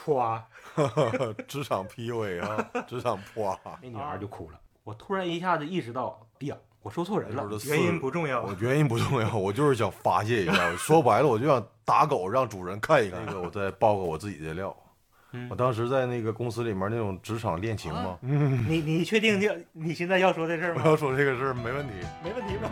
唰， 职场 PUA 啊，职场啪， 那女孩就哭了。我突然一下子意识到，哎呀，我说错人了， 原因不重要。 原因不重要，我就是想发泄一下。说白了，我就想打狗，让主人看一看。那个，我再爆个我自己的料。我当时在那个公司里面那种职场恋情嘛。 你确定你现在要说这事儿吗？ 我要说这个事儿，没问题， 没问题吧？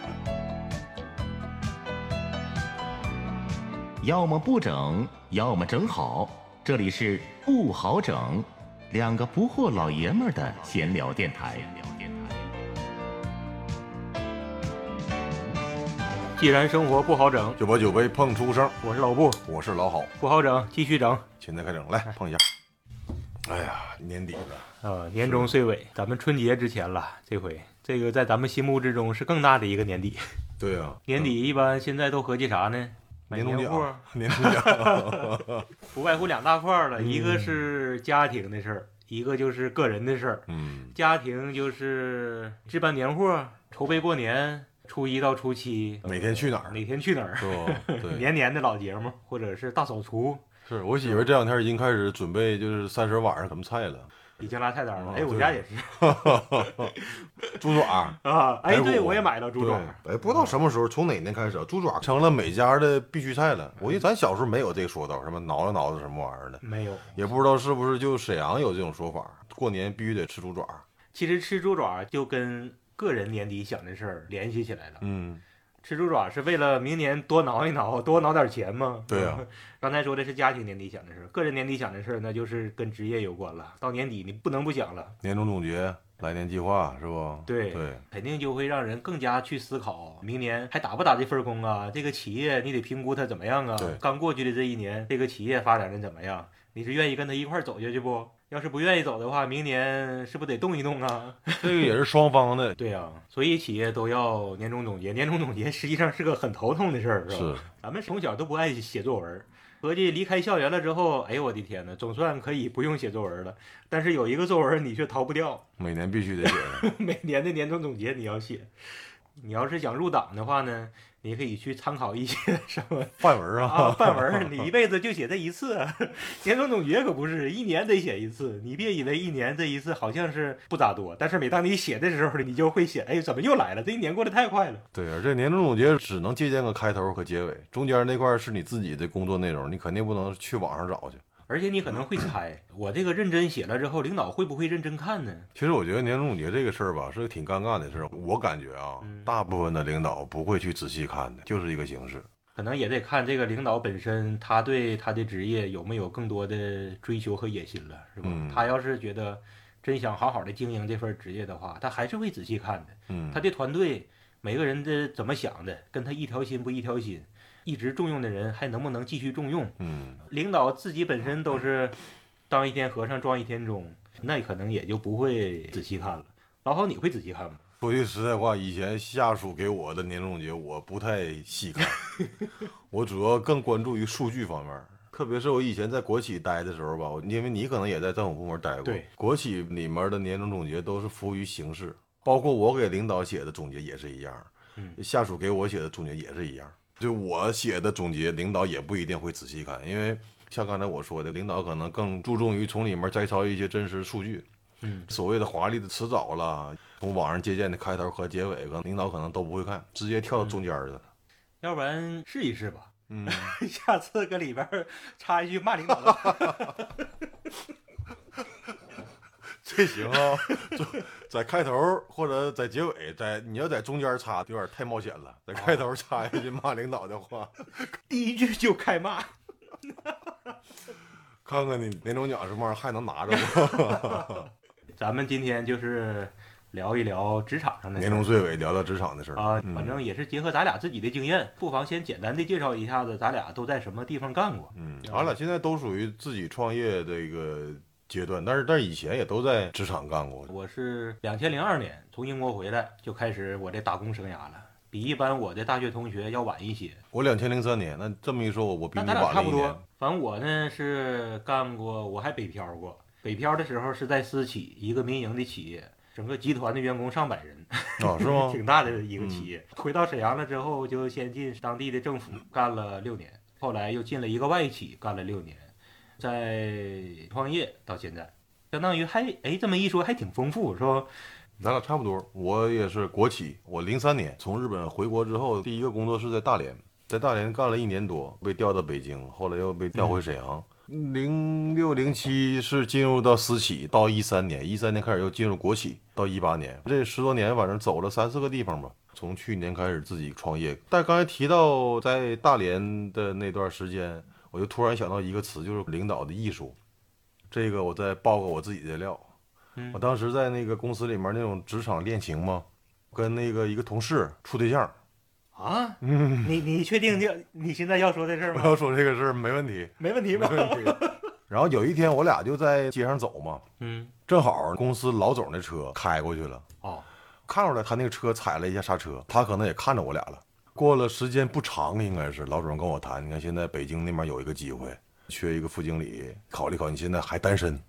要么不整，要么整好。这里是不好整，两个不惑老爷们儿的闲聊电台。 既然生活不好整， 就把酒杯碰出声。 我是老布， 我是老好， 不好整，继续整。 现在开整，来碰一下。哎呀，年底了年终岁尾，咱们春节之前了，这回这个在咱们心目之中是更大的一个年底。 对啊， 年底一般现在都合计啥呢？ 年终奖，年终奖不外乎两大块了，一个是家庭的事儿，一个就是个人的事儿。家庭就是置办年货，筹备过年，初一到初七哪天去哪儿， 哪天去哪儿， 是吧？对， 年的老节目，或者是大扫除。 是我媳妇这两天已经开始准备，就是30晚上什么菜了。 已经拉菜单了，我家也是， 猪爪啊，对，我也买了猪爪。 不知道什么时候，从哪年开始，猪爪成了每家的必须菜了。我记得咱小时候没有这个说道，什么挠子什么玩意儿的， 没有， 也不知道是不是就沈阳有这种说法，过年必须得吃猪爪。 其实吃猪爪就跟个人年底想的事儿联系起来了。吃猪爪是为了明年多挠一挠，多挠点钱嘛。 对啊， 刚才说的是家庭年底想的事，个人年底想的事那就是跟职业有关了。到年底你不能不想了， 年终总结、来年计划是不？ 对，肯定就会让人更加去思考，明年还打不打这份工啊？这个企业你得评估它怎么样啊？刚过去的这一年，这个企业发展的怎么样？你是愿意跟他一块走下去不？要是不愿意走的话，明年是不是得动一动啊？ 这个也是双方的。 对啊，所以企业都要年终总结。年终总结实际上是个很头痛的事儿，是吧？咱们从小都不爱写作文，合计离开校园了之后，哎呦我的天哪，总算可以不用写作文了。但是有一个作文你却逃不掉， 每年必须得写每年的年终总结你要写。你要是想入党的话呢，你可以去参考一些什么范文啊， 范文，你一辈子就写这一次，年终总结可不是一年得写一次。你别以为一年这一次好像是不咋多，但是每当你写的时候，你就会写，哎，怎么又来了？这一年过得太快了。 对，而这年终总结只能借鉴个开头和结尾，中间那块是你自己的工作内容，你肯定不能去网上找去。 而且你可能会猜，我这个认真写了之后，领导会不会认真看呢？ 其实我觉得年终总结这个事儿吧，是个挺尴尬的事儿。我感觉啊，大部分的领导不会去仔细看的，就是一个形式。 可能也得看这个领导本身，他对他的职业有没有更多的追求和野心了，是吧？他要是觉得真想好好的经营这份职业的话，他还是会仔细看的。他的团队每个人的怎么想的，跟他一条心不一条心。一直重用的人还能不能继续重用？领导自己本身都是当一天和尚撞一天钟，那可能也就不会仔细看了。老好，你会仔细看吗？ 说句实在话，以前下属给我的年终总结我不太细看，我主要更关注于数据方面。特别是我以前在国企待的时候吧，因为你可能也在政府部门待过， 对， 国企里面的年终总结都是服务于形式，包括我给领导写的总结也是一样，下属给我写的总结也是一样。就我写的总结，领导也不一定会仔细看，因为像刚才我说的，领导可能更注重于从里面摘抄一些真实数据。所谓的华丽的辞藻啦，从网上借鉴的开头和结尾，领导可能都不会看，直接跳到中间去了。 要不然试一试吧。下次搁里边插一句骂领导的话。 这行啊，在开头或者在结尾，你要在中间插，有点太冒险了。在开头插一句骂领导的话， 第一句就开骂， 看看你年终奖什么玩意儿还能拿着吗？ 咱们今天就是聊一聊职场上的年终岁尾，聊聊职场的事啊。反正也是结合咱俩自己的经验，不妨先简单的介绍一下子，咱俩都在什么地方干过。 咱俩现在都属于自己创业这个阶段，但是以前也都在职场干过。 我是2002年从英国回来，就开始我的打工生涯了，比一般我的大学同学要晚一些。 我2003年，那这么一说，我比你晚了一年。 那咱俩差不多。反正我呢是干过，我还北漂过。北漂的时候是在私企，一个民营的企业，整个集团的员工上百人， 是吗？ 挺大的一个企业。回到沈阳了之后，就先进当地的政府干了6年，后来又进了一个外企干了6年。 在创业到现在，相当于还这么一说还挺丰富，说咱俩差不多。我也是国企，我03年从日本回国之后，第一个工作是在大连，在大连干了1年多，被调到北京，后来又被调回沈阳。06、07是进入到私企，到13年开始又进入国企，到18年，这10多年反正走了3、4个地方吧。从去年开始自己创业，但刚才提到在大连的那段时间，我就突然想到一个词，就是领导的艺术。这个我再爆个我自己的料。我当时在那个公司里面那种职场恋情嘛，跟那个一个同事处对象。 啊，你确定你现在要说这事儿吗？ 我要说这个事儿没问题， 没问题吧？ 没问题。然后有一天我俩就在街上走嘛，正好公司老总的车开过去了，看出来他那个车踩了一下刹车，他可能也看着我俩了。过了时间不长，应该是老总跟我谈，你看现在北京那边有一个机会，缺一个副经理，考虑考虑，你现在还单身。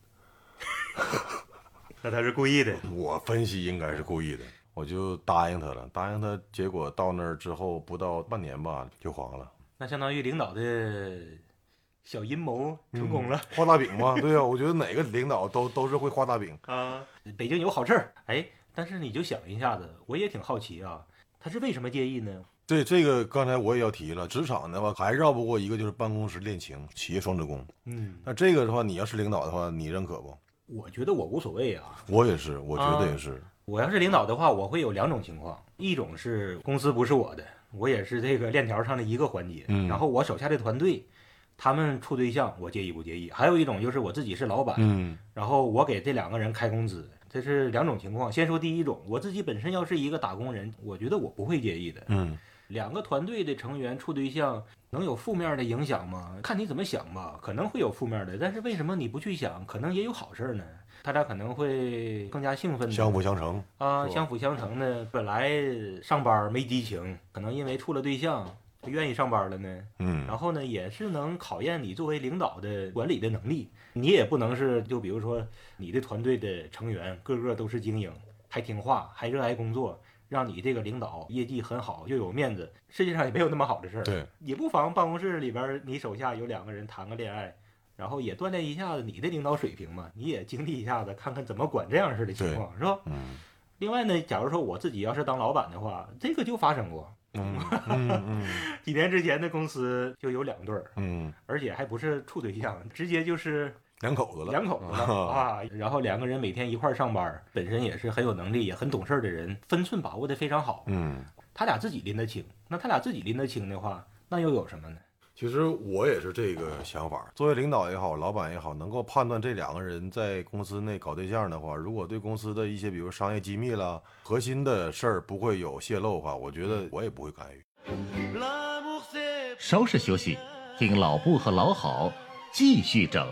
那他是故意的， 我分析应该是故意的。我就答应他了，结果到那儿之后不到半年吧就黄了。 那相当于领导的小阴谋成功了， 画大饼嘛。对啊，我觉得哪个领导都是会画大饼啊。北京有好事儿，但是你就想一下子，我也挺好奇啊，他是为什么介意呢？ 对，这个刚才我也要提了，职场的话还绕不过一个就是办公室恋情，企业双职工。那这个的话，你要是领导的话，你认可不？ 我觉得我无所谓啊。 我也是，我觉得也是。 我要是领导的话，我会有2种情况，一种是公司不是我的，我也是这个链条上的一个环节，然后我手下的团队，他们处对象，我介意不介意？还有一种就是我自己是老板，然后我给这2个人开工资，这是2种情况。先说第一种，我自己本身要是一个打工人，我觉得我不会介意的。2个团队的成员处对象能有负面的影响吗？看你怎么想吧，可能会有负面的，但是为什么你不去想？可能也有好事呢。他俩可能会更加兴奋， 相辅相成啊，相辅相成的。本来上班没激情，可能因为处了对象，就愿意上班了呢。然后呢，也是能考验你作为领导的管理的能力。你也不能是就比如说你的团队的成员个个都是精英，还听话，还热爱工作，让你这个领导业绩很好又有面子。世界上也没有那么好的事儿。 对， 也不妨办公室里边你手下有2个人谈个恋爱。然后也锻炼一下子你的领导水平嘛，你也经历一下子，看看怎么管这样式的情况，是吧？另外呢，假如说我自己要是当老板的话，这个就发生过。几年之前的公司就有2对儿，而且还不是处对象，直接就是两口子了啊。然后2个人每天一块儿上班，本身也是很有能力、也很懂事的人，分寸把握得非常好。他俩自己拎得清，那他俩自己拎得清的话，那又有什么呢？ 其实我也是这个想法，作为领导也好，老板也好，能够判断这2个人在公司内搞对象的话，如果对公司的一些比如商业机密啦、核心的事儿不会有泄露的话，我觉得我也不会干预。 稍事休息，听老布和老郝继续整。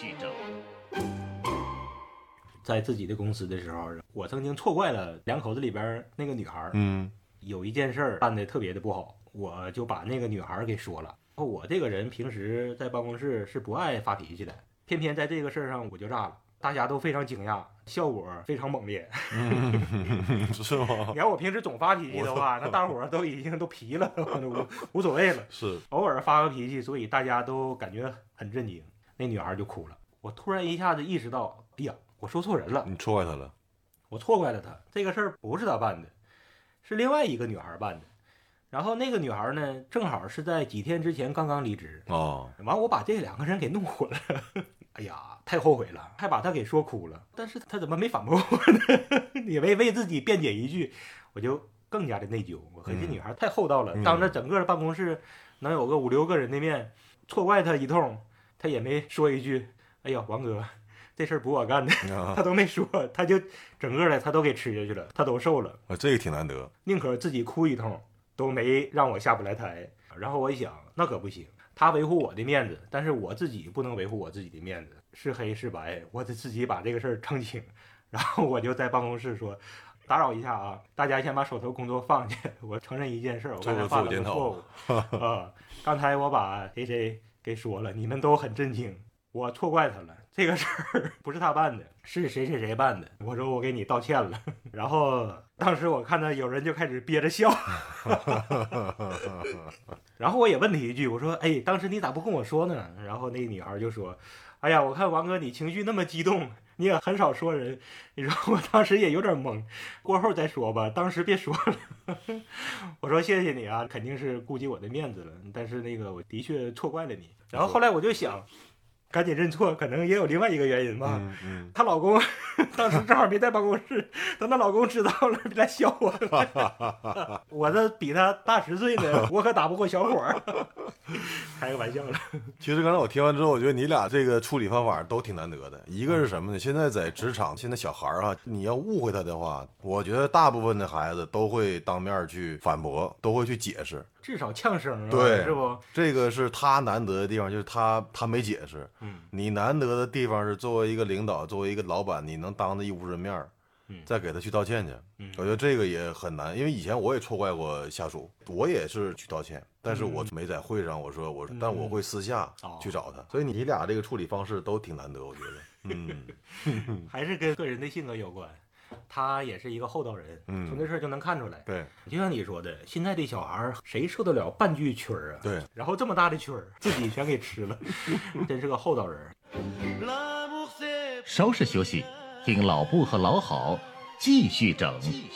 在自己的公司的时候，我曾经错怪了2口子里边那个女孩。有一件事儿办得特别的不好，我就把那个女孩给说了。我这个人平时在办公室是不爱发脾气的，偏偏在这个事儿上我就炸了，大家都非常惊讶，效果非常猛烈。 是吗？ 你要我平时总发脾气的话，那大伙儿都已经都皮了，无所谓了。 是偶尔发个脾气，所以大家都感觉很震惊。那女孩就哭了。我突然一下子意识到，哎呀，我说错人了。 你错怪她了。 我错怪了她，这个事儿不是她办的，是另外一个女孩办的。然后那个女孩呢，正好是在几天之前刚刚离职完我把这2个人给弄混了，哎呀，太后悔了，还把她给说哭了。但是她怎么没反驳我呢？也为自己辩解一句，我就更加的内疚。我和这女孩太厚道了，当着整个办公室能有个5、6个人的面，错怪她一通，她也没说一句，哎呀，王哥，这事儿不我干的，他都没说，他就整个的他都给吃下去了，他都受了。 这个挺难得， 宁可自己哭一通。都没让我下不来台。然后我一想，那可不行，他维护我的面子，但是我自己不能维护我自己的面子，是黑是白，我得自己把这个事儿澄清。然后我就在办公室说，打扰一下啊，大家先把手头工作放下，我承认一件事，我刚才犯了个错误刚才我把谁谁给说了，你们都很震惊， 我错怪他了，这个事儿不是他办的，是谁谁谁办的。我说我给你道歉了。然后当时我看到有人就开始憋着笑，然后我也问他一句，我说哎，当时你咋不跟我说呢？然后那个女孩就说，哎呀，我看王哥你情绪那么激动，你也很少说人。你说我当时也有点懵，过后再说吧，当时别说了。我说谢谢你啊，肯定是顾及我的面子了，但是那个我的确错怪了你。然后后来我就想，赶紧认错，可能也有另外一个原因吧。她老公当时正好没在办公室，等她老公知道了，来笑我。我这比她大10岁呢，我可打不过小伙儿。开个玩笑了。 其实刚才我听完之后，我觉得你俩这个处理方法都挺难得的。一个是什么呢？现在在职场，现在小孩儿你要误会他的话，我觉得大部分的孩子都会当面去反驳，都会去解释， 至少呛声啊， 对， 是不？ 这个是他难得的地方，就是他没解释。你难得的地方是作为一个领导，作为一个老板，你能当着一屋人面再给他去道歉去。我觉得这个也很难，因为以前我也错怪过下属，我也是去道歉，但是我没在会上我说，但我会私下去找他。所以你俩这个处理方式都挺难得，我觉得。 还是跟个人的性格有关。他也是一个厚道人，从这事儿就能看出来。 对， 就像你说的，现在的小孩谁受得了半句曲儿啊？ 对， 然后这么大的曲儿自己全给吃了，真是个厚道人。 稍事休息，听老布和老郝继续整。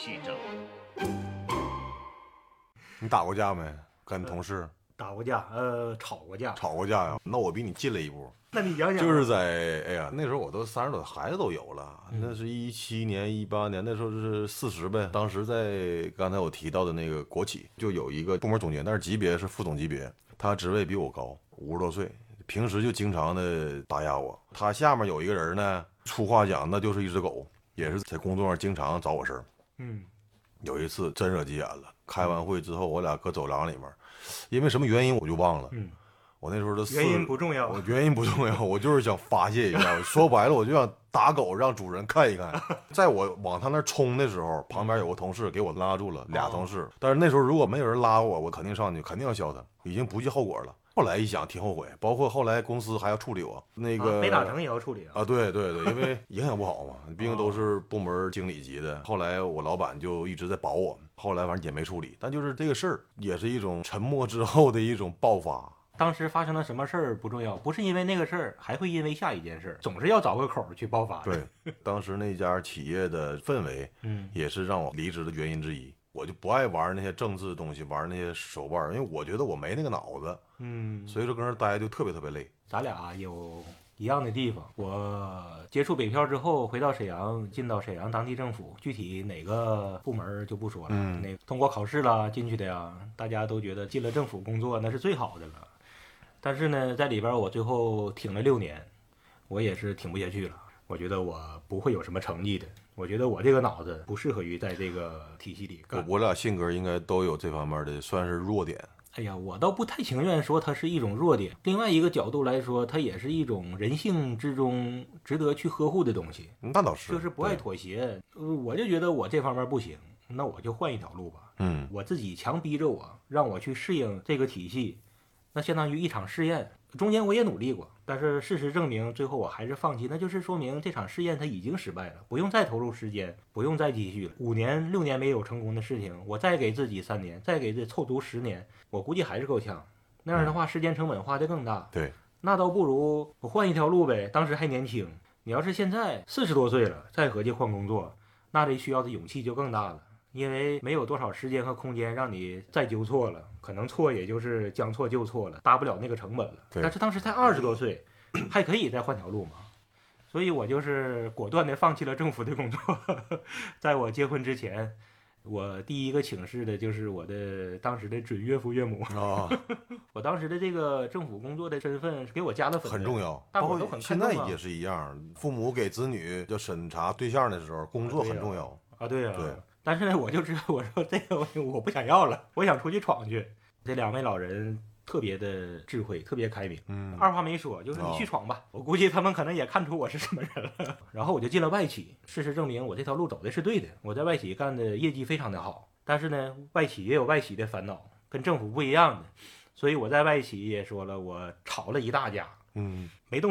你打过架没？跟同事？ 打过架，吵过架。 吵过架呀？那我比你近了一步。 那你讲讲。 就是在那时候我都30多，孩子都有了。那是17年、18年，那时候是40呗。当时在刚才我提到的那个国企，就有一个部门总监，但是级别是副总级别，他职位比我高，50多岁，平时就经常的打压我。他下面有一个人呢，粗话讲那就是一只狗，也是在工作上经常找我事儿。有一次真惹急眼了，开完会之后，我俩搁走廊里面，因为什么原因我就忘了。我那时候原因不重要， 我就是想发泄一下。说白了，我就想打狗，让主人看一看。在我往他那冲的时候，旁边有个同事给我拉住了，俩同事。但是那时候如果没有人拉我，我肯定上去，肯定要削他，已经不计后果了。后来一想挺后悔，包括后来公司还要处理我，那个没打成也要处理啊。 对，因为影响不好嘛，毕竟都是部门经理级的。后来我老板就一直在保我，后来反正也没处理。但就是这个事儿，也是一种沉默之后的一种爆发。 当时发生了什么事儿不重要，不是因为那个事儿，还会因为下一件事，总是要找个口去爆发。 对，当时那家企业的氛围，也是让我离职的原因之一。我就不爱玩那些政治的东西，玩那些手腕，因为我觉得我没那个脑子。所以说跟那待就特别特别累。 咱俩有一样的地方。我接触北漂之后，回到沈阳，进到沈阳当地政府，具体哪个部门就不说了。那通过考试了进去的呀，大家都觉得进了政府工作那是最好的了。但是呢，在里边我最后挺了6年，我也是挺不下去了。我觉得我不会有什么成绩的，我觉得我这个脑子不适合于在这个体系里干。 我俩性格应该都有这方面的算是弱点。 哎呀，我倒不太情愿说它是一种弱点，另外一个角度来说，它也是一种人性之中值得去呵护的东西。 那倒是， 就是不爱妥协。我就觉得我这方面不行，那我就换一条路吧。我自己强逼着我，让我去适应这个体系，那相当于一场试验。中间我也努力过，但是事实证明最后我还是放弃，那就是说明这场试验它已经失败了，不用再投入时间，不用再继续了。5年6年没有成功的事情，我再给自己3年，再给这凑足10年，我估计还是够呛。那样的话时间成本花得更大。 对， 那倒不如我换一条路呗，当时还年轻。你要是现在40多岁了再合计换工作，那这需要的勇气就更大了，因为没有多少时间和空间让你再纠错了，可能错也就是将错就错了，搭不了那个成本了。但是当时才20多岁，还可以再换条路嘛。所以我就是果断地放弃了政府的工作。在我结婚之前，我第一个请示的就是我的当时的准岳父岳母。我当时的这个政府工作的身份给我加了分， 很重要， 大伙都很看重。 现在也是一样，父母给子女就审查对象的时候，工作很重要啊。对。但是呢，我就知道，我说这个我不想要了，我想出去闯去。这2位老人特别的智慧，特别开明，二话没说，就是你去闯吧。我估计他们可能也看出我是什么人了。然后我就进了外企，事实证明我这条路走的是对的。我在外企干的业绩非常的好，但是呢，外企也有外企的烦恼，跟政府不一样的。所以我在外企也说了，我吵了一大架，没动手，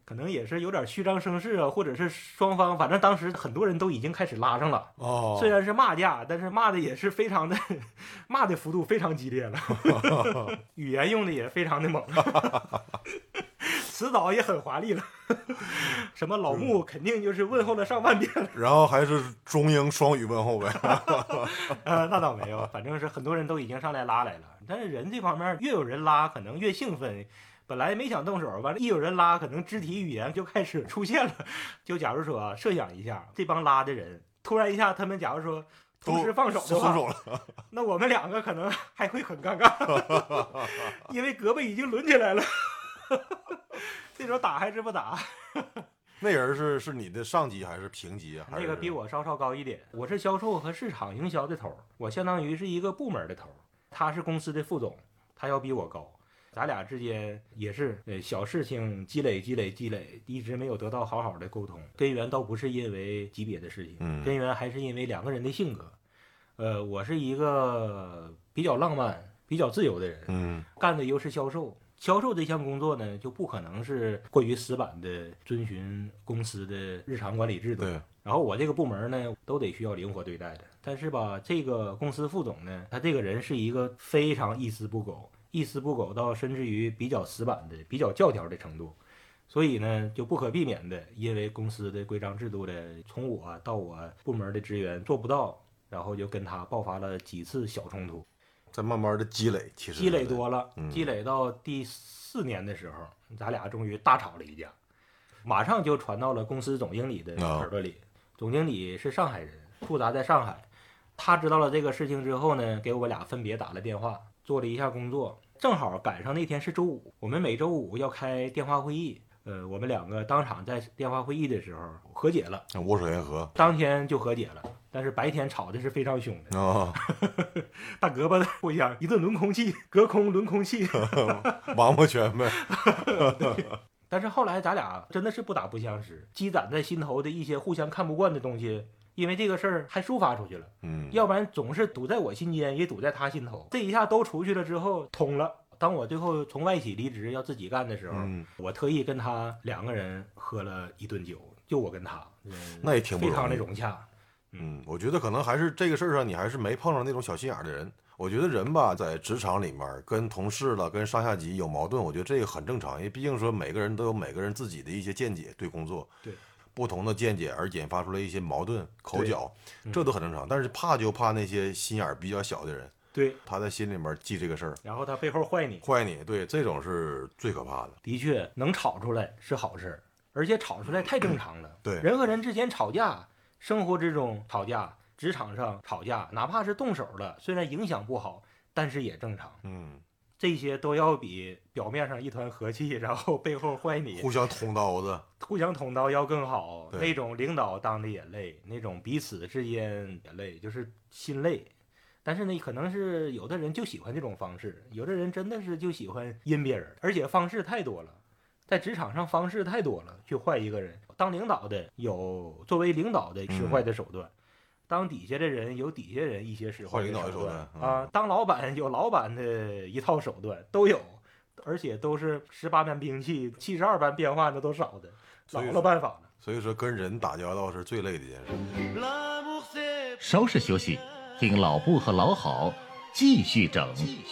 可能也是有点虚张声势啊，或者是双方，反正当时很多人都已经开始拉上了。 哦， 虽然是骂架，但是骂的也是非常的，骂的幅度非常激烈了，语言用的也非常的猛，词藻也很华丽了。什么老穆肯定就是问候了上万遍了， 然后还是中英双语问候呗。 那倒没有，反正是很多人都已经上来拉来了。但是人这方面越有人拉，可能越兴奋。本来没想动手，完了，一有人拉，可能肢体语言就开始出现了。就假如说设想一下，这帮拉的人突然一下，他们假如说同时放手的话，那我们两个可能还会很尴尬，因为胳膊已经抡起来了。这种打还是不打？ 那人是你的上级还是平级啊？ 那个比我稍稍高一点，我是销售和市场营销的头，我相当于是一个部门的头，他是公司的副总，他要比我高。咱俩之间也是小事情积累，一直没有得到好好的沟通。根源倒不是因为级别的事情，根源还是因为两个人的性格。我是一个比较浪漫、比较自由的人，干的又是销售。销售这项工作呢，就不可能是过于死板的遵循公司的日常管理制度。 对。 然后我这个部门呢，都得需要灵活对待的。但是吧，这个公司副总呢，他这个人是一个非常一丝不苟。一丝不苟到甚至于比较死板的、比较教条的程度，所以呢，就不可避免的，因为公司的规章制度的，从我到我部门的职员做不到，然后就跟他爆发了几次小冲突， 再慢慢的积累，其实积累多了，积累到第4年的时候，咱俩终于大吵了一架，马上就传到了公司总经理的耳朵里。总经理是上海人，驻扎在上海，他知道了这个事情之后呢，给我俩分别打了电话，做了一下工作。正好赶上那天是周五，我们每周五要开电话会议。我们两个当场在电话会议的时候和解了， 握手言和， 当天就和解了。但是白天吵的是非常凶的大胳膊互相一顿轮空气，隔空轮空气， 王八拳呗。 但是后来咱俩真的是不打不相识，积攒在心头的一些互相看不惯的东西。因为这个事儿还抒发出去了，要不然总是堵在我心间，也堵在他心头。这一下都出去了之后，通了。当我最后从外企离职要自己干的时候，我特意跟他2个人喝了一顿酒，就我跟他， 那也挺不容易， 非常的融洽。 我觉得可能还是这个事儿上，你还是没碰上那种小心眼的人。我觉得人吧，在职场里面跟同事了、跟上下级有矛盾，我觉得这个很正常，因为毕竟说每个人都有每个人自己的一些见解，对工作。 对。 不同的见解而引发出来一些矛盾口角，这都很正常。但是怕就怕那些心眼比较小的人， 对， 他在心里面记这个事儿， 然后他背后坏你， 对，这种是最可怕的。 的确，能吵出来是好事，而且吵出来太正常了。 对， 人和人之间吵架，生活之中吵架，职场上吵架，哪怕是动手了，虽然影响不好，但是也正常。这些都要比表面上一团和气，然后背后坏你， 互相捅刀要更好。那种领导当的也累，那种彼此之间也累，就是心累。但是呢，可能是有的人就喜欢这种方式，有的人真的是就喜欢阴别人，而且方式太多了，在职场上方式太多了，去坏一个人。当领导的有作为领导的使坏的手段。当底下的人有底下人一些使坏的手段啊，当老板有老板的一套手段都有，而且都是18般兵器、72般变化的都少的，老了办法了。 所以说跟人打交道是最累的一件事。稍事休息，听老布和老郝继续整。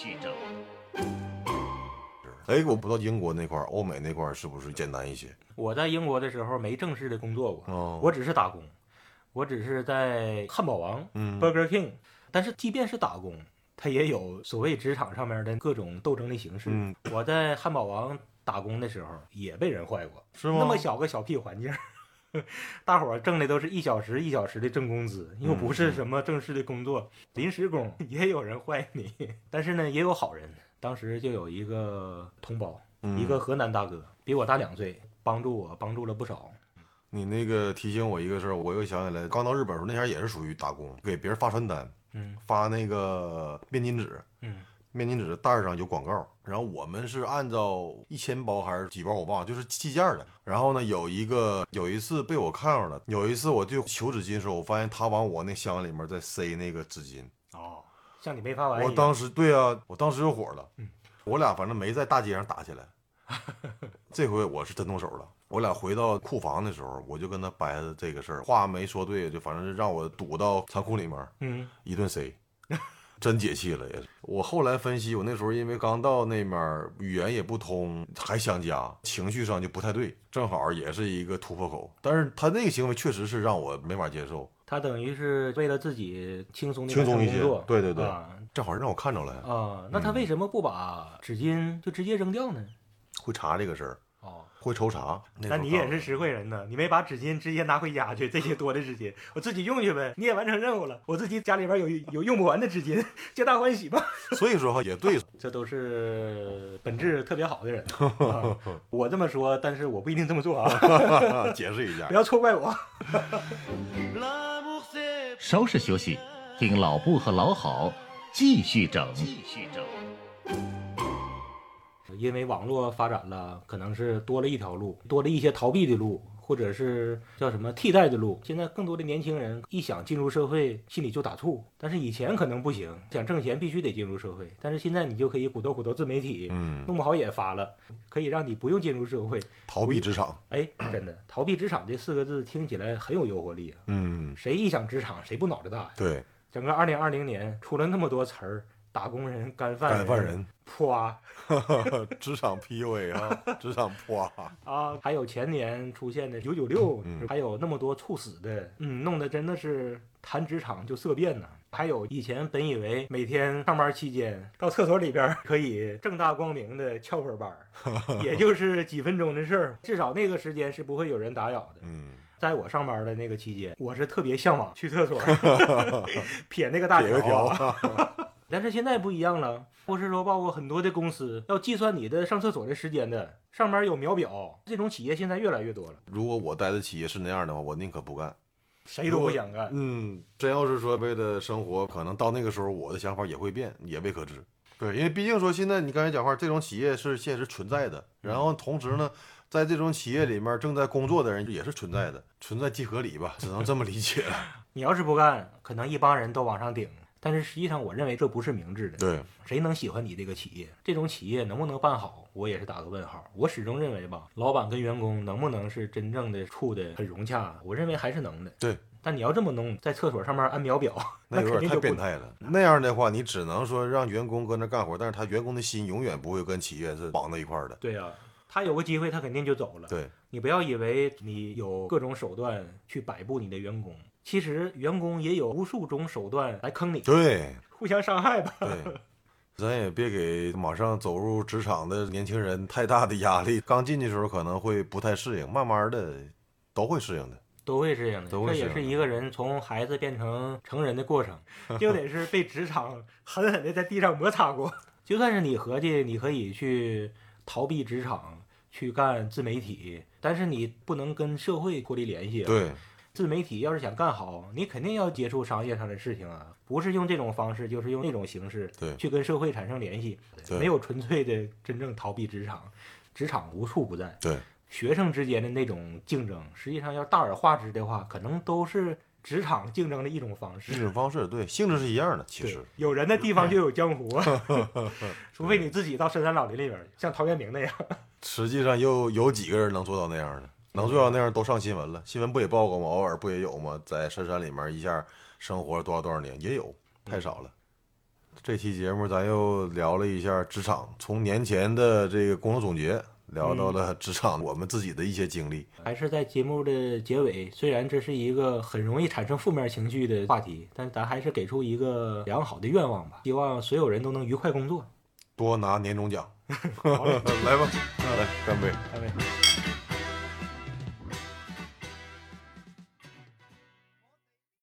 我不知道英国那块、欧美那块是不是简单一些？ 我在英国的时候没正式的工作过，我只是打工。我只是在汉堡王，Burger King，但是即便是打工，它也有所谓职场上面的各种斗争的形式。我在汉堡王打工的时候也被人坏过， 是吗？ 那么小个小屁环境，大伙儿挣的都是1小时1小时的挣工资，又不是什么正式的工作，临时工也有人坏你。但是呢，也有好人。当时就有一个同胞，一个河南大哥，比我大2岁，帮助了不少。 你那个提醒我一个事儿，我又想起来，刚到日本时候那前也是属于打工，给别人发传单，发那个面巾纸，面巾纸袋上有广告，然后我们是按照1000包还是几包我忘了，就是计件的。然后呢，有一次被我看上了，有一次我就求纸巾的时候，我发现他往我那箱里面再塞那个纸巾。 像你没发完。 我当时对啊，我当时就火了。我俩反正没在大街上打起来。 这回我是真动手了。我俩回到库房的时候，我就跟他掰扯这个事儿，话没说对，就反正是让我堵到仓库里面，一顿塞。真解气了也是。我后来分析，我那时候因为刚到那面，语言也不通，还想家，情绪上就不太对，正好也是一个突破口。但是他那个行为确实是让我没法接受。 他等于是为了自己轻松一些， 对对对，正好让我看着了啊。那他为什么不把纸巾就直接扔掉呢？ 会查这个事儿。会抽查。 那你也是实惠人呢，你没把纸巾直接拿回家去，这些多的纸巾我自己用去呗。你也完成任务了，我自己家里边有用不完的纸巾，皆大欢喜吧。 所以说也对， 这都是本质特别好的人。我这么说，但是我不一定这么做啊。 解释一下， 不要错怪我。 稍事休息，听老布和老郝继续整。 因为网络发展了，可能是多了一条路，多了一些逃避的路，或者是叫什么替代的路。现在更多的年轻人一想进入社会，心里就打怵。但是以前可能不行，想挣钱必须得进入社会。但是现在你就可以鼓捣自媒体，弄不好也发了，可以让你不用进入社会， 逃避职场。 哎，真的，逃避职场这4个字听起来很有诱惑力啊。谁一想职场，谁不脑袋大呀？ 对， 整个2020年出了那么多词儿。打工人、干饭人、破职场 PUA 啊，职场破啊，还有前年出现的996，还有那么多猝死的，弄得真的是谈职场就色变呢。还有以前本以为每天上班期间到厕所里边可以正大光明的翘会班，也就是几分钟的事儿，至少那个时间是不会有人打扰的。在我上班的那个期间，我是特别向往去厕所撇那个大条。但是现在不一样了，不是说包括很多的公司要计算你的上厕所的时间的，上面有秒表，这种企业现在越来越多了。 如果我待的企业是那样的话，我宁可不干， 谁都不想干。 真要是说为了生活，可能到那个时候我的想法也会变，也未可知。对，因为毕竟说现在你刚才讲话，这种企业是现实存在的，然后同时呢，在这种企业里面正在工作的人也是存在的，存在即合理吧，只能这么理解了。 你要是不干，可能一帮人都往上顶。但是实际上，我认为这不是明智的。 对， 谁能喜欢你这个企业？这种企业能不能办好，我也是打个问号。我始终认为吧，老板跟员工能不能是真正的处的很融洽，我认为还是能的。 对， 但你要这么弄，在厕所上面按秒表， 那有点太变态了。那样的话，你只能说让员工搁那干活，但是他员工的心永远不会跟企业是绑在一块的。 对啊，他有个机会，他肯定就走了。 对， 你不要以为你有各种手段去摆布你的员工。其实员工也有无数种手段来坑你， 对， 互相伤害吧。 对，咱也别给马上走入职场的年轻人太大的压力。刚进去的时候可能会不太适应，慢慢的都会适应的， 都会适应的。这也是一个人从孩子变成成人的过程，就得是被职场狠狠的在地上摩擦过。就算是你合计你可以去逃避职场，去干自媒体，但是你不能跟社会脱离联系。 对。 自媒体要是想干好，你肯定要接触商业上的事情啊，不是用这种方式，就是用那种形式去跟社会产生联系。没有纯粹的真正逃避职场，职场无处不在。 对， 学生之间的那种竞争，实际上要大而化之的话，可能都是职场竞争的一种方式。 一种方式，对，性质是一样的。其实有人的地方就有江湖啊，除非你自己到深山老林里边，像陶渊明那样。 实际上又有几个人能做到那样的？能做到那样都上新闻了，新闻不也报过吗？偶尔不也有吗？在深山里面一下生活多少年也有，太少了。这期节目咱又聊了一下职场，从年前的这个工作总结聊到了职场我们自己的一些经历。 还是在节目的结尾，虽然这是一个很容易产生负面情绪的话题，但咱还是给出一个良好的愿望吧，希望所有人都能愉快工作， 多拿年终奖。来吧，来干杯， 干杯。